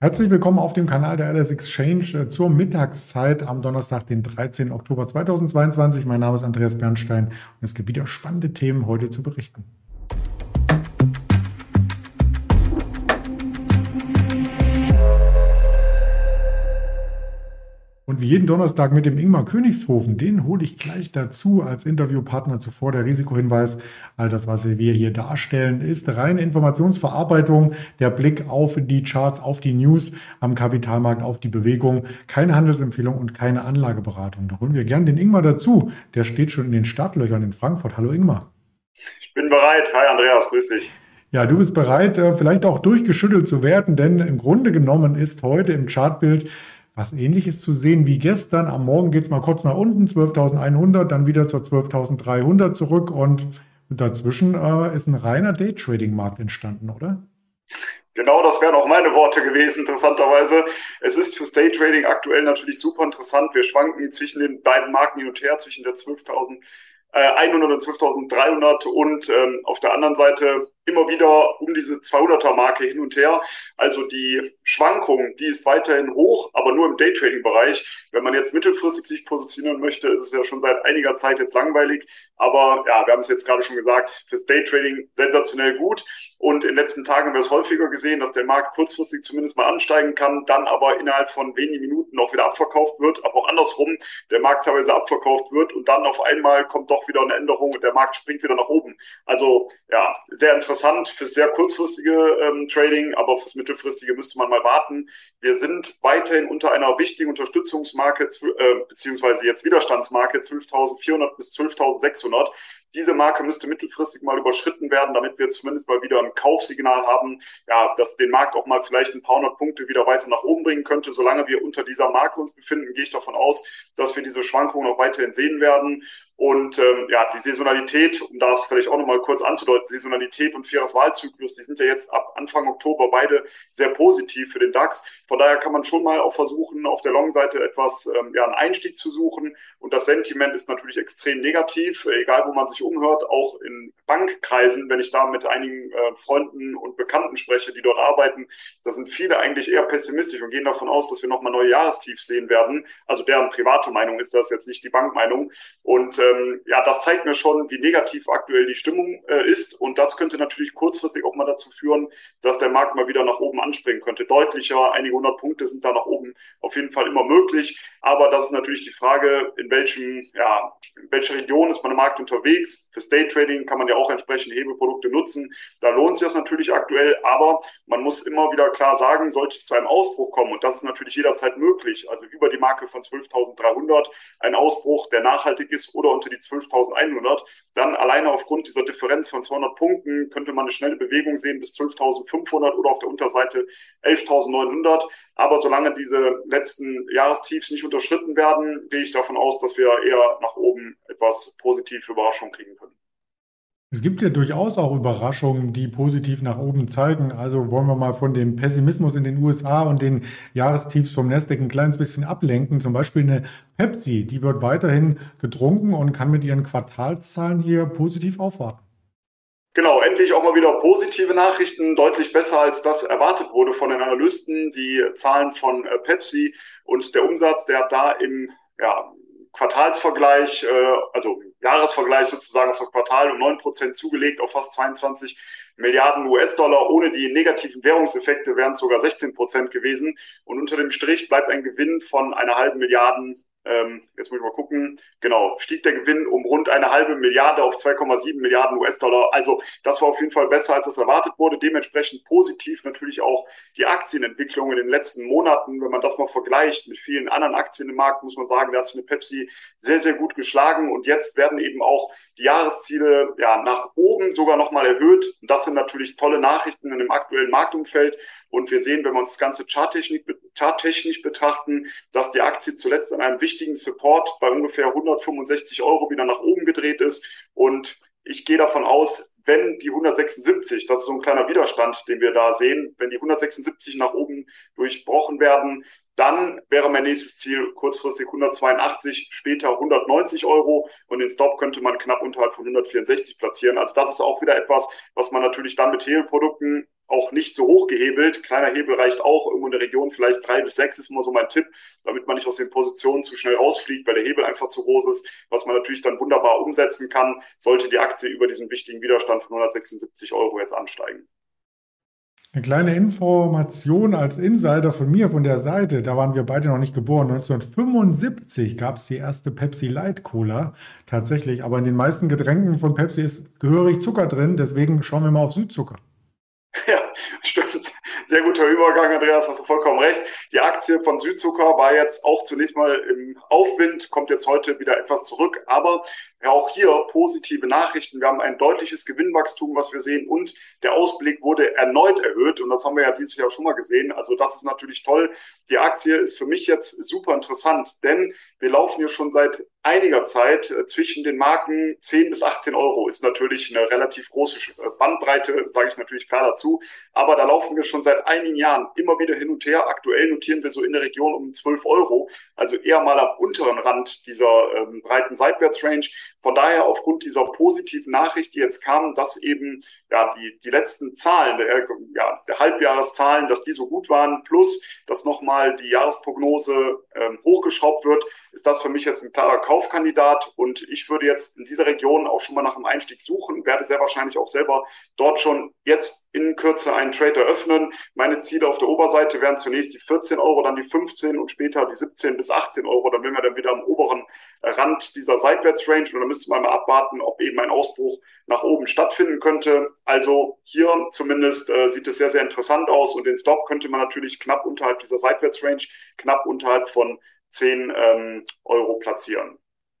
Herzlich willkommen auf dem Kanal der LS Exchange zur Mittagszeit am Donnerstag, den 13. Oktober 2022. Mein Name ist Andreas Bernstein und es gibt wieder spannende Themen heute zu berichten. Und wie jeden Donnerstag mit dem Ingmar Königshofen, den hole ich gleich dazu als Interviewpartner. Zuvor der Risikohinweis: All das, was wir hier darstellen, ist reine Informationsverarbeitung, der Blick auf die Charts, auf die News am Kapitalmarkt, auf die Bewegung, keine Handelsempfehlung und keine Anlageberatung. Da holen wir gern den Ingmar dazu. Der steht schon in den Startlöchern in Frankfurt. Hallo Ingmar. Ich bin bereit. Hi Andreas, grüß dich. Ja, du bist bereit, vielleicht auch durchgeschüttelt zu werden, denn im Grunde genommen ist heute im Chartbild was Ähnliches zu sehen wie gestern. Am Morgen geht es mal kurz nach unten, 12.100, dann wieder zur 12.300 zurück und dazwischen ist ein reiner Daytrading-Markt entstanden, oder? Genau, das wären auch meine Worte gewesen, interessanterweise. Es ist fürs Daytrading aktuell natürlich super interessant. Wir schwanken zwischen den beiden Marken hin und her, zwischen der 12.100 und 12.300 und auf der anderen Seite immer wieder um diese 200er Marke hin und her. Also die Schwankung, die ist weiterhin hoch, aber nur im Daytrading-Bereich. Wenn man jetzt mittelfristig sich positionieren möchte, ist es ja schon seit einiger Zeit jetzt langweilig. Aber ja, wir haben es jetzt gerade schon gesagt, fürs Daytrading sensationell gut. Und in den letzten Tagen haben wir es häufiger gesehen, dass der Markt kurzfristig zumindest mal ansteigen kann, dann aber innerhalb von wenigen Minuten auch wieder abverkauft wird, aber auch andersrum, der Markt teilweise abverkauft wird und dann auf einmal kommt doch wieder eine Änderung und der Markt springt wieder nach oben. Also ja, sehr interessant fürs sehr kurzfristige Trading, aber fürs mittelfristige müsste man mal warten. Wir sind weiterhin unter einer wichtigen Unterstützungsmarke, beziehungsweise jetzt Widerstandsmarke 12.400 bis 12.600. Diese Marke müsste mittelfristig mal überschritten werden, damit wir zumindest mal wieder ein Kaufsignal haben, ja, das den Markt auch mal vielleicht ein paar hundert Punkte wieder weiter nach oben bringen könnte. Solange wir unter dieser Marke uns befinden, gehe ich davon aus, dass wir diese Schwankungen auch weiterhin sehen werden. Und ja, die Saisonalität, um das vielleicht auch nochmal kurz anzudeuten, Saisonalität und faires Wahlzyklus, die sind ja jetzt ab Anfang Oktober beide sehr positiv für den DAX. Von daher kann man schon mal auch versuchen, auf der Long-Seite etwas, ja, einen Einstieg zu suchen. Und das Sentiment ist natürlich extrem negativ, egal wo man sich umhört, auch in Bankkreisen, wenn ich da mit einigen Freunden und Bekannten spreche, die dort arbeiten, da sind viele eigentlich eher pessimistisch und gehen davon aus, dass wir nochmal neue Jahrestiefs sehen werden. Also deren private Meinung ist das, jetzt nicht die Bankmeinung. Und ja, das zeigt mir schon, wie negativ aktuell die Stimmung ist. Und das könnte natürlich kurzfristig auch mal dazu führen, dass der Markt mal wieder nach oben anspringen könnte. Deutlicher, einige hundert Punkte sind da nach oben auf jeden Fall immer möglich. Aber das ist natürlich die Frage, in welcher Region ist man im Markt unterwegs. Fürs Daytrading kann man ja auch entsprechend Hebelprodukte nutzen. Da lohnt sich das natürlich aktuell, aber man muss immer wieder klar sagen, sollte es zu einem Ausbruch kommen, und das ist natürlich jederzeit möglich, also über die Marke von 12.300, ein Ausbruch, der nachhaltig ist, oder unter die 12.100, dann alleine aufgrund dieser Differenz von 200 Punkten könnte man eine schnelle Bewegung sehen bis 12.500 oder auf der Unterseite 11.900. Aber solange diese letzten Jahrestiefs nicht unterschritten werden, gehe ich davon aus, dass wir eher nach oben etwas positive Überraschungen kriegen können. Es gibt ja durchaus auch Überraschungen, die positiv nach oben zeigen. Also wollen wir mal von dem Pessimismus in den USA und den Jahrestiefs vom Nasdaq ein kleines bisschen ablenken. Zum Beispiel eine Pepsi, die wird weiterhin getrunken und kann mit ihren Quartalszahlen hier positiv aufwarten. Genau, endlich auch mal wieder positive Nachrichten, deutlich besser als das erwartet wurde von den Analysten. Die Zahlen von Pepsi und der Umsatz, der hat da im Quartalsvergleich, also Jahresvergleich sozusagen auf das Quartal um 9% zugelegt auf fast 22 Milliarden US-Dollar. Ohne die negativen Währungseffekte wären es sogar 16% gewesen. Und unter dem Strich bleibt ein Gewinn von einer halben Milliarde. Jetzt muss ich mal gucken, genau, stieg der Gewinn um rund eine halbe Milliarde auf 2,7 Milliarden US-Dollar. Also das war auf jeden Fall besser, als das erwartet wurde. Dementsprechend positiv natürlich auch die Aktienentwicklung in den letzten Monaten. Wenn man das mal vergleicht mit vielen anderen Aktien im Markt, muss man sagen, da hat sich eine Pepsi sehr, sehr gut geschlagen. Und jetzt werden eben auch die Jahresziele ja nach oben sogar nochmal erhöht. Und das sind natürlich tolle Nachrichten in dem aktuellen Marktumfeld. Und wir sehen, wenn wir uns das Ganze charttechnisch betrachten, dass die Aktie zuletzt an einem wichtigen Support bei ungefähr 165 Euro wieder nach oben gedreht ist. Und ich gehe davon aus, wenn die 176, das ist so ein kleiner Widerstand, den wir da sehen, wenn die 176 nach oben durchbrochen werden, Dann wäre mein nächstes Ziel kurzfristig 182, später 190 Euro und den Stop könnte man knapp unterhalb von 164 platzieren. Also das ist auch wieder etwas, was man natürlich dann mit Hebelprodukten auch nicht so hoch gehebelt. Kleiner Hebel reicht auch, irgendwo in der Region vielleicht 3 bis 6 ist immer so mein Tipp, damit man nicht aus den Positionen zu schnell rausfliegt, weil der Hebel einfach zu groß ist, was man natürlich dann wunderbar umsetzen kann, sollte die Aktie über diesen wichtigen Widerstand von 176 Euro jetzt ansteigen. Eine kleine Information als Insider von mir, von der Seite, da waren wir beide noch nicht geboren. 1975 gab es die erste Pepsi Light Cola tatsächlich, aber in den meisten Getränken von Pepsi ist gehörig Zucker drin, deswegen schauen wir mal auf Südzucker. Ja, stimmt. Sehr guter Übergang, Andreas, hast du vollkommen recht. Die Aktie von Südzucker war jetzt auch zunächst mal im Aufwind, kommt jetzt heute wieder etwas zurück, aber ja, auch hier positive Nachrichten. Wir haben ein deutliches Gewinnwachstum, was wir sehen, und der Ausblick wurde erneut erhöht und das haben wir ja dieses Jahr schon mal gesehen. Also das ist natürlich toll. Die Aktie ist für mich jetzt super interessant, denn wir laufen hier schon seit einiger Zeit zwischen den Marken 10 bis 18 Euro. Ist natürlich eine relativ große Bandbreite, sage ich natürlich klar dazu. Aber da laufen wir schon seit einigen Jahren immer wieder hin und her. Aktuell notieren wir so in der Region um 12 Euro, also eher mal am unteren Rand dieser breiten Seitwärtsrange. Von daher aufgrund dieser positiven Nachricht, die jetzt kam, dass eben ja die letzten Zahlen, der Halbjahreszahlen, dass die so gut waren, plus dass nochmal die Jahresprognose hochgeschraubt wird, ist das für mich jetzt ein klarer Kaufkandidat und ich würde jetzt in dieser Region auch schon mal nach einem Einstieg suchen, werde sehr wahrscheinlich auch selber dort schon jetzt in Kürze einen Trade eröffnen. Meine Ziele auf der Oberseite wären zunächst die 14 Euro, dann die 15 und später die 17 bis 18 Euro. Dann wären wir dann wieder am oberen Rand dieser Seitwärtsrange und dann müsste man mal abwarten, ob eben ein Ausbruch nach oben stattfinden könnte. Also hier zumindest sieht es sehr, sehr interessant aus und den Stop könnte man natürlich knapp unterhalb dieser Seitwärtsrange, knapp unterhalb von 10 Euro platzieren.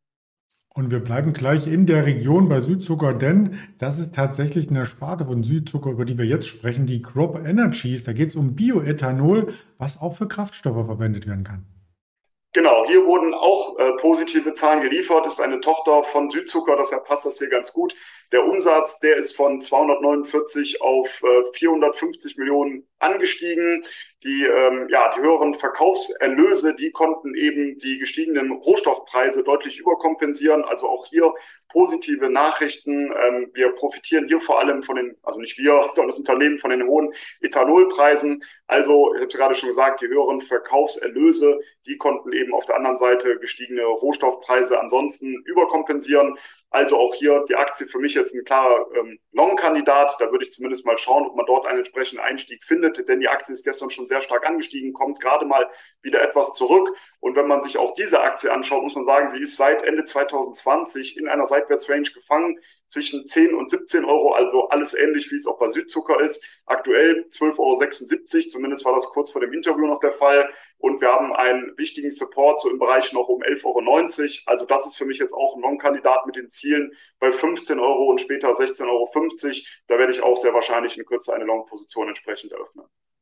Und wir bleiben gleich in der Region bei Südzucker, denn das ist tatsächlich eine Sparte von Südzucker, über die wir jetzt sprechen, die Crop Energies. Da geht es um Bioethanol, was auch für Kraftstoffe verwendet werden kann. Genau, hier wurden auch positive Zahlen geliefert, ist eine Tochter von Südzucker, deshalb passt das hier ganz gut. Der Umsatz, der ist von 249 auf 450 Millionen angestiegen. Die höheren Verkaufserlöse, die konnten eben die gestiegenen Rohstoffpreise deutlich überkompensieren. Also auch hier positive Nachrichten. Wir profitieren hier vor allem von den, also nicht wir, sondern das Unternehmen, von den hohen Ethanolpreisen. Also, ich habe es gerade schon gesagt, die höheren Verkaufserlöse, die konnten eben auf der anderen Seite gestiegene Rohstoffpreise ansonsten überkompensieren. Also auch hier die Aktie für mich jetzt ein klarer Long-Kandidat. Da würde ich zumindest mal schauen, ob man dort einen entsprechenden Einstieg findet, denn die Aktie ist gestern schon sehr stark angestiegen, kommt gerade mal wieder etwas zurück. Und wenn man sich auch diese Aktie anschaut, muss man sagen, sie ist seit Ende 2020 in einer Seitwärtsrange gefangen zwischen 10 und 17 Euro, also alles ähnlich, wie es auch bei Südzucker ist. Aktuell 12,76 Euro, zumindest war das kurz vor dem Interview noch der Fall. Und wir haben einen wichtigen Support so im Bereich noch um 11,90 Euro. Also das ist für mich jetzt auch ein Long-Kandidat mit den Zielen bei 15 Euro und später 16,50 Euro. Da werde ich auch sehr wahrscheinlich in Kürze eine Long-Position entsprechend eröffnen.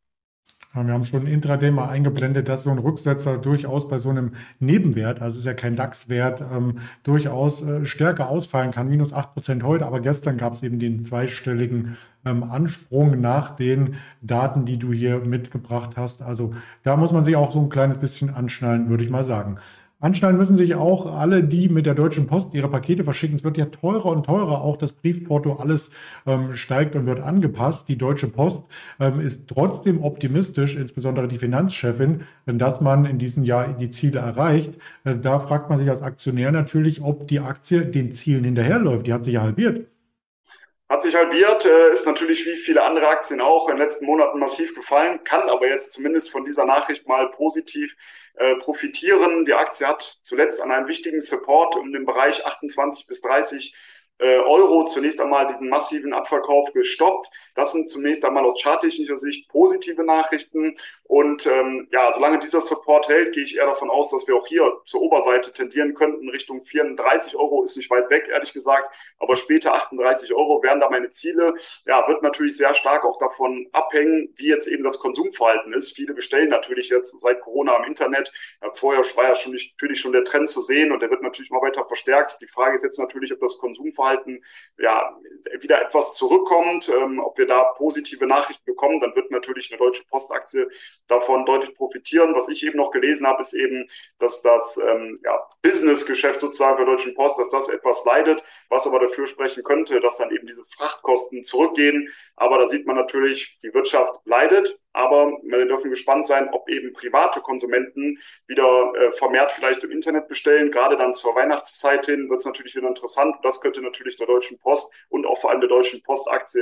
Wir haben schon intraday mal eingeblendet, dass so ein Rücksetzer durchaus bei so einem Nebenwert, also es ist ja kein DAX-Wert, durchaus stärker ausfallen kann. Minus 8% heute, aber gestern gab es eben den zweistelligen Ansprung nach den Daten, die du hier mitgebracht hast. Also da muss man sich auch so ein kleines bisschen anschnallen, würde ich mal sagen. Anschnallen müssen sich auch alle, die mit der Deutschen Post ihre Pakete verschicken. Es wird ja teurer und teurer, auch das Briefporto, alles steigt und wird angepasst. Die Deutsche Post ist trotzdem optimistisch, insbesondere die Finanzchefin, dass man in diesem Jahr die Ziele erreicht. Da fragt man sich als Aktionär natürlich, ob die Aktie den Zielen hinterherläuft. Die hat sich ja halbiert. Hat sich halbiert, ist natürlich wie viele andere Aktien auch in den letzten Monaten massiv gefallen, kann aber jetzt zumindest von dieser Nachricht mal positiv profitieren. Die Aktie hat zuletzt an einem wichtigen Support um den Bereich 28 bis 30 Euro zunächst einmal diesen massiven Abverkauf gestoppt. Das sind zunächst einmal aus charttechnischer Sicht positive Nachrichten. Und solange dieser Support hält, gehe ich eher davon aus, dass wir auch hier zur Oberseite tendieren könnten. Richtung 34 Euro ist nicht weit weg, ehrlich gesagt. Aber später 38 Euro wären da meine Ziele. Ja, wird natürlich sehr stark auch davon abhängen, wie jetzt eben das Konsumverhalten ist. Viele bestellen natürlich jetzt seit Corona im Internet. Vorher war ja natürlich schon der Trend zu sehen und der wird natürlich mal weiter verstärkt. Die Frage ist jetzt natürlich, ob das Konsumverhalten Kaufverhalten ja wieder etwas zurückkommt, ob wir da positive Nachrichten bekommen, dann wird natürlich eine Deutsche Post-Aktie davon deutlich profitieren. Was ich eben noch gelesen habe, ist eben, dass das Business-Geschäft sozusagen der Deutschen Post, dass das etwas leidet, was aber dafür sprechen könnte, dass dann eben diese Frachtkosten zurückgehen. Aber da sieht man natürlich, die Wirtschaft leidet, aber wir dürfen gespannt sein, ob eben private Konsumenten wieder vermehrt vielleicht im Internet bestellen. Gerade dann zur Weihnachtszeit hin wird es natürlich wieder interessant. Das könnte natürlich der Deutschen Post und auch vor allem der Deutschen Postaktie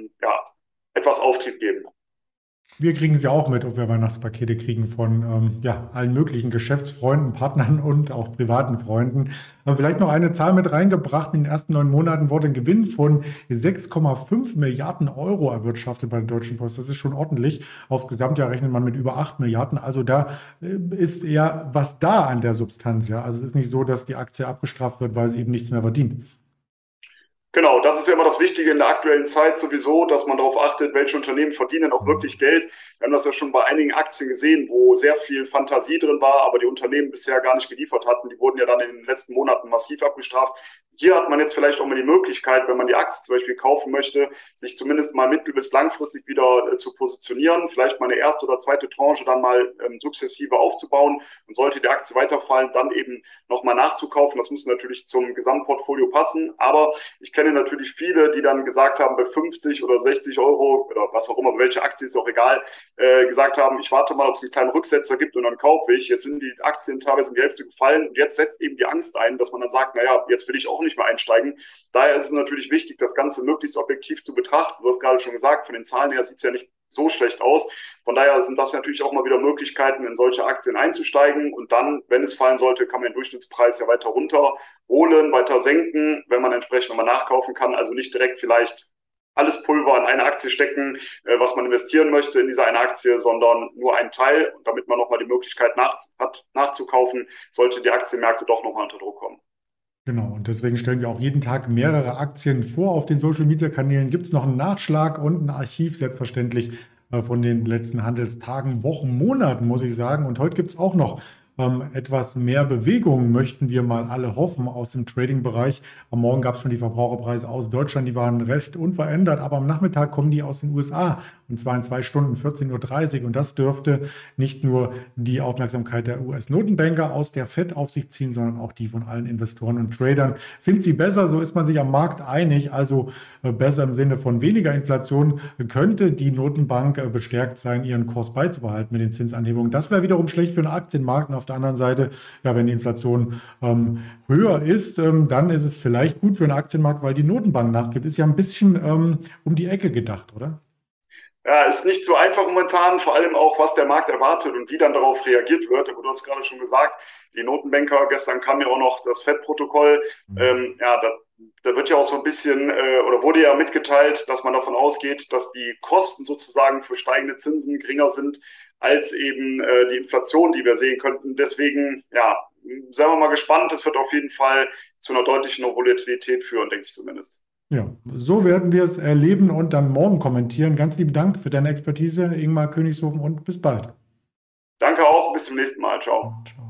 etwas Auftrieb geben. Wir kriegen es ja auch mit, ob wir Weihnachtspakete kriegen von allen möglichen Geschäftsfreunden, Partnern und auch privaten Freunden. Aber vielleicht noch eine Zahl mit reingebracht. In den ersten 9 Monaten wurde ein Gewinn von 6,5 Milliarden Euro erwirtschaftet bei der Deutschen Post. Das ist schon ordentlich. Aufs Gesamtjahr rechnet man mit über 8 Milliarden. Also da ist ja was da an der Substanz. Ja? Also es ist nicht so, dass die Aktie abgestraft wird, weil sie eben nichts mehr verdient. Genau, das ist ja immer das Wichtige in der aktuellen Zeit sowieso, dass man darauf achtet, welche Unternehmen verdienen auch wirklich Geld. Wir haben das ja schon bei einigen Aktien gesehen, wo sehr viel Fantasie drin war, aber die Unternehmen bisher gar nicht geliefert hatten. Die wurden ja dann in den letzten Monaten massiv abgestraft. Hier hat man jetzt vielleicht auch mal die Möglichkeit, wenn man die Aktie zum Beispiel kaufen möchte, sich zumindest mal mittel- bis langfristig wieder zu positionieren, vielleicht mal eine erste oder zweite Tranche dann mal sukzessive aufzubauen und sollte die Aktie weiterfallen, dann eben nochmal nachzukaufen. Das muss natürlich zum Gesamtportfolio passen, aber ich kenne natürlich viele, die dann gesagt haben, bei 50 oder 60 Euro oder was auch immer, welche Aktie ist auch egal, gesagt haben, ich warte mal, ob es einen kleinen Rücksetzer gibt und dann kaufe ich. Jetzt sind die Aktien teilweise um die Hälfte gefallen und jetzt setzt eben die Angst ein, dass man dann sagt, naja, jetzt will ich auch nicht mehr einsteigen. Daher ist es natürlich wichtig, das Ganze möglichst objektiv zu betrachten. Du hast gerade schon gesagt, von den Zahlen her sieht es ja nicht so schlecht aus. Von daher sind das natürlich auch mal wieder Möglichkeiten, in solche Aktien einzusteigen. Und dann, wenn es fallen sollte, kann man den Durchschnittspreis ja weiter runterholen, weiter senken, wenn man entsprechend nochmal nachkaufen kann. Also nicht direkt vielleicht alles Pulver in eine Aktie stecken, was man investieren möchte in diese eine Aktie, sondern nur einen Teil, damit man nochmal die Möglichkeit hat, nachzukaufen, sollte die Aktienmärkte doch nochmal unter Druck kommen. Genau, und deswegen stellen wir auch jeden Tag mehrere Aktien vor. Auf den Social-Media-Kanälen gibt es noch einen Nachschlag und ein Archiv, selbstverständlich, von den letzten Handelstagen, Wochen, Monaten, muss ich sagen. Und heute gibt es auch noch etwas mehr Bewegung, möchten wir mal alle hoffen, aus dem Trading-Bereich. Am Morgen gab es schon die Verbraucherpreise aus Deutschland, die waren recht unverändert, aber am Nachmittag kommen die aus den USA, und zwar in 2 Stunden, 14:30 Uhr. Und das dürfte nicht nur die Aufmerksamkeit der US-Notenbanker aus der FED auf sich ziehen, sondern auch die von allen Investoren und Tradern. Sind sie besser? So ist man sich am Markt einig. Also besser im Sinne von weniger Inflation. Könnte die Notenbank bestärkt sein, ihren Kurs beizubehalten mit den Zinsanhebungen? Das wäre wiederum schlecht für den Aktienmarkt. Und auf der anderen Seite, ja, wenn die Inflation höher ist, dann ist es vielleicht gut für den Aktienmarkt, weil die Notenbank nachgibt. Ist ja ein bisschen um die Ecke gedacht, oder? Ja, ist nicht so einfach momentan, vor allem auch, was der Markt erwartet und wie dann darauf reagiert wird. Du hast gerade schon gesagt, die Notenbanker, gestern kam ja auch noch das FED-Protokoll. Da wird ja auch so ein bisschen oder wurde ja mitgeteilt, dass man davon ausgeht, dass die Kosten sozusagen für steigende Zinsen geringer sind als eben die Inflation, die wir sehen könnten. Deswegen, ja, seien wir mal gespannt. Es wird auf jeden Fall zu einer deutlichen Volatilität führen, denke ich zumindest. Ja, so werden wir es erleben und dann morgen kommentieren. Ganz lieben Dank für deine Expertise, Ingmar Königshofen, und bis bald. Danke auch, bis zum nächsten Mal. Ciao. Ciao.